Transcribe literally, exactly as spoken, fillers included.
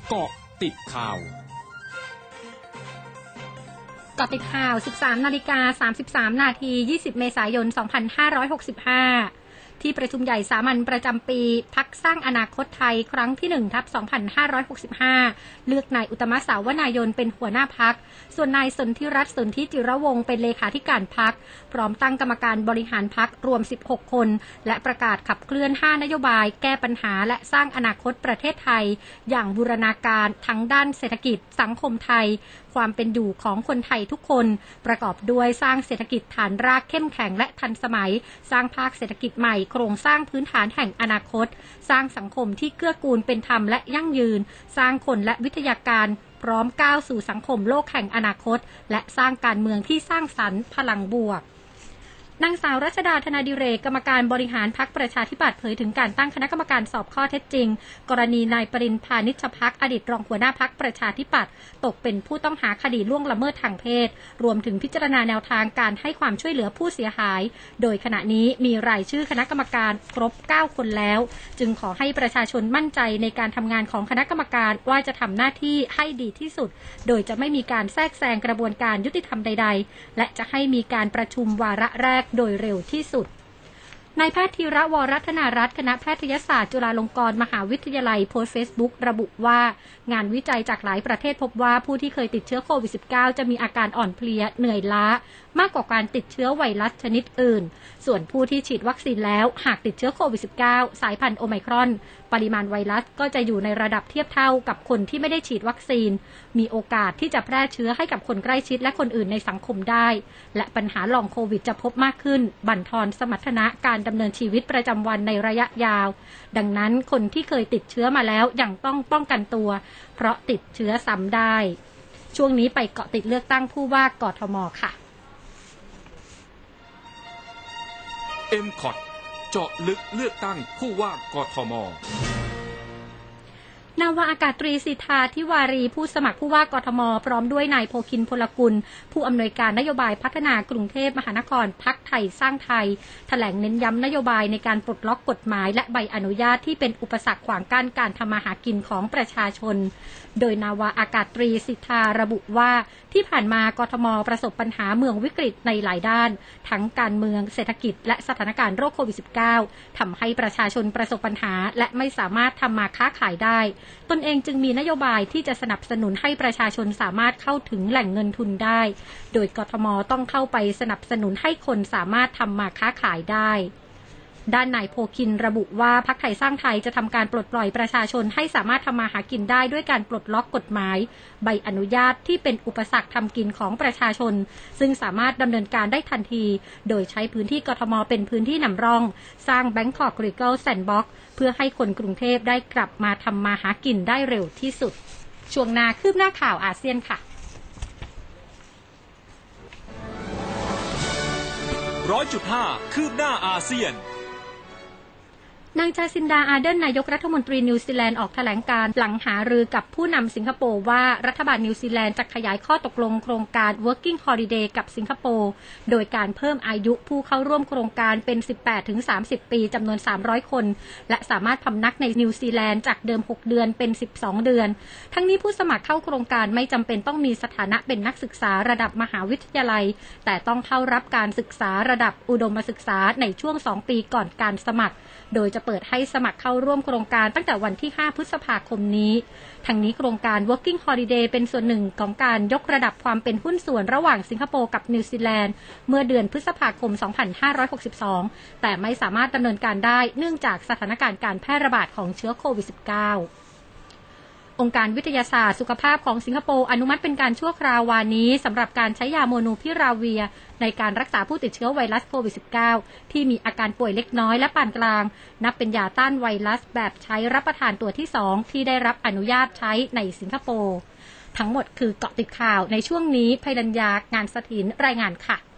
เกาะติดข่าวเกาะติดข่าว สิบสามนาฬิกาสามสิบสามนาที ยี่สิบเมษายนสองพันห้าร้อยหกสิบห้าที่ประชุมใหญ่สามัญประจำปีพรรคสร้างอนาคตไทยครั้งที่หนึ่งทับสองพันห้าร้อยหกสิบห้าเลือกนายอุตตมสาวนายนเป็นหัวหน้าพรรคส่วนนายสนธิรัตน์สนธิจิรวงศ์เป็นเลขาธิการพรรคพร้อมตั้งกรรมการบริหารพรรครวมสิบหกคนและประกาศขับเคลื่อนห้านโยบายแก้ปัญหาและสร้างอนาคตประเทศไทยอย่างบูรณาการทั้งด้านเศรษฐกิจสังคมไทยความเป็นอยู่ของคนไทยทุกคนประกอบด้วยสร้างเศรษฐกิจฐานรากเข้มแข็งและทันสมัยสร้างภาคเศรษฐกิจใหม่โครงสร้างพื้นฐานแห่งอนาคตสร้างสังคมที่เกื้อกูลเป็นธรรมและยั่งยืนสร้างคนและวิทยาการพร้อมก้าวสู่สังคมโลกแห่งอนาคตและสร้างการเมืองที่สร้างสรรค์พลังบวกนางสาวรัชดาธนาดิเรกกรรมการบริหารพรรคประชาธิปัตย์เผยถึงการตั้งคณะกรรมการสอบข้อเท็จจริงกรณีนายปริญพานิชภักอดีตรองหัวหน้าพรรคประชาธิปัตย์ตกเป็นผู้ต้องหาคดีล่วงละเมิดทางเพศรวมถึงพิจารณาแนวทางการให้ความช่วยเหลือผู้เสียหายโดยขณะนี้มีรายชื่อคณะกรรมการครบเก้าคนแล้วจึงขอให้ประชาชนมั่นใจในการทำงานของคณะกรรมการว่าจะทำหน้าที่ให้ดีที่สุดโดยจะไม่มีการแทรกแซงกระบวนการยุติธรรมใดๆและจะให้มีการประชุมวาระแรกโดยเร็วที่สุดนายแพทย์ธีระวรัฒนารัตน์คณะแพทยศาสตร์จุฬาลงกรณ์มหาวิทยาลัยโพสต์เฟซบุ๊กระบุว่างานวิจัยจากหลายประเทศพบว่าผู้ที่เคยติดเชื้อโควิด สิบเก้า จะมีอาการอ่อนเพลียเหนื่อยล้ามากกว่าการติดเชื้อไวรัสชนิดอื่นส่วนผู้ที่ฉีดวัคซีนแล้วหากติดเชื้อโควิด สิบเก้า สายพันธุ์โอไมครอนปริมาณไวรัสก็จะอยู่ในระดับเทียบเท่ากับคนที่ไม่ได้ฉีดวัคซีนมีโอกาสที่จะแพร่เชื้อให้กับคนใกล้ชิดและคนอื่นในสังคมได้และปัญหาลองโควิดจะพบมากขึ้นบั่นทอนสมรรถนะการดำเนินชีวิตประจำวันในระยะยาวดังนั้นคนที่เคยติดเชื้อมาแล้วยังต้องป้องกันตัวเพราะติดเชื้อซ้ำได้ช่วงนี้ไปเกาะติดเลือกตั้งผู้ว่ากทมค่ะเอ็ม คอท เจาะลึกเลือกตั้งผู้ว่ากทมนาวาอากาศตรีสิทธาธิวารีผู้สมัครผู้ว่ากทมพร้อมด้วยนายโพคินพลกุลผู้อำนวยการนโยบายพัฒนากรุงเทพมหานครพรรคไทยสร้างไทยแถลงเน้นย้ำนโยบายในการปลดล็อกกฎหมายและใบอนุญาตที่เป็นอุปสรรคขวางกั้นการทำมาหากินของประชาชนโดยนาวาอากาศตรีสิทธาระบุว่าที่ผ่านมากทมประสบปัญหาเมืองวิกฤตในหลายด้านทั้งการเมืองเศรษฐกิจและสถานการณ์โรคโควิด สิบเก้า ทำให้ประชาชนประสบปัญหาและไม่สามารถทำมาค้าขายได้ตนเองจึงมีนโยบายที่จะสนับสนุนให้ประชาชนสามารถเข้าถึงแหล่งเงินทุนได้โดยกทมต้องเข้าไปสนับสนุนให้คนสามารถทำมาค้าขายได้ด้านนายโพคินระบุว่าพรรคไทยสร้างไทยจะทำการปลดปล่อยประชาชนให้สามารถทำมาหากินได้ด้วยการปลดล็อกกฎหมายใบอนุญาตที่เป็นอุปสรรคทำกินของประชาชนซึ่งสามารถดำเนินการได้ทันทีโดยใช้พื้นที่กทมเป็นพื้นที่นำร่องสร้าง Bangkok Legal Sandbox เพื่อให้คนกรุงเทพได้กลับมาทำมาหากินได้เร็วที่สุดช่วงหน้าคืบหน้าข่าวอาเซียนค่ะร้อยจุดห้าคืบหน้าอาเซียนนางจาซินดาอาร์เดนนายกรัฐมนตรีนิวซีแลนด์ออกแถลงการหลังหารือกับผู้นำสิงคโปร์ว่ารัฐบาลนิวซีแลนด์จะขยายข้อตกลงโครงการ Working Holiday กับสิงคโปร์โดยการเพิ่มอายุผู้เข้าร่วมโครงการเป็น สิบแปดถึงสามสิบ ปีจำนวน สามร้อย คนและสามารถพำนักในนิวซีแลนด์จากเดิม หก เดือนเป็น สิบสอง เดือนทั้งนี้ผู้สมัครเข้าโครงการไม่จำเป็นต้องมีสถานะเป็นนักศึกษาระดับมหาวิทยาลัยแต่ต้องเข้ารับการศึกษาระดับอุดมศึกษาในช่วง สอง ปีก่อนการสมัครโดยจะเปิดให้สมัครเข้าร่วมโครงการตั้งแต่วันที่ห้าพฤษภาคมนี้ทั้งนี้โครงการ Working Holiday เป็นส่วนหนึ่งของการยกระดับความเป็นหุ้นส่วนระหว่างสิงคโปร์กับนิวซีแลนด์เมื่อเดือนพฤษภาคมสองพันห้าร้อยหกสิบสองแต่ไม่สามารถดำเนินการได้เนื่องจากสถานการณ์การแพร่ระบาดของเชื้อโควิด สิบเก้าองค์การวิทยาศาสตร์สุขภาพของสิงคโปร์อนุมัติเป็นการชั่วคราววานนี้สำหรับการใช้ยาโมนูพิราเวียในการรักษาผู้ติดเชื้อไวรัสโควิด สิบเก้า ที่มีอาการป่วยเล็กน้อยและปานกลางนับเป็นยาต้านไวรัสแบบใช้รับประทานตัวที่สองที่ได้รับอนุญาตใช้ในสิงคโปร์ทั้งหมดคือเกาะติดข่าวในช่วงนี้ภัยรัญญางานสถินรายงานค่ะ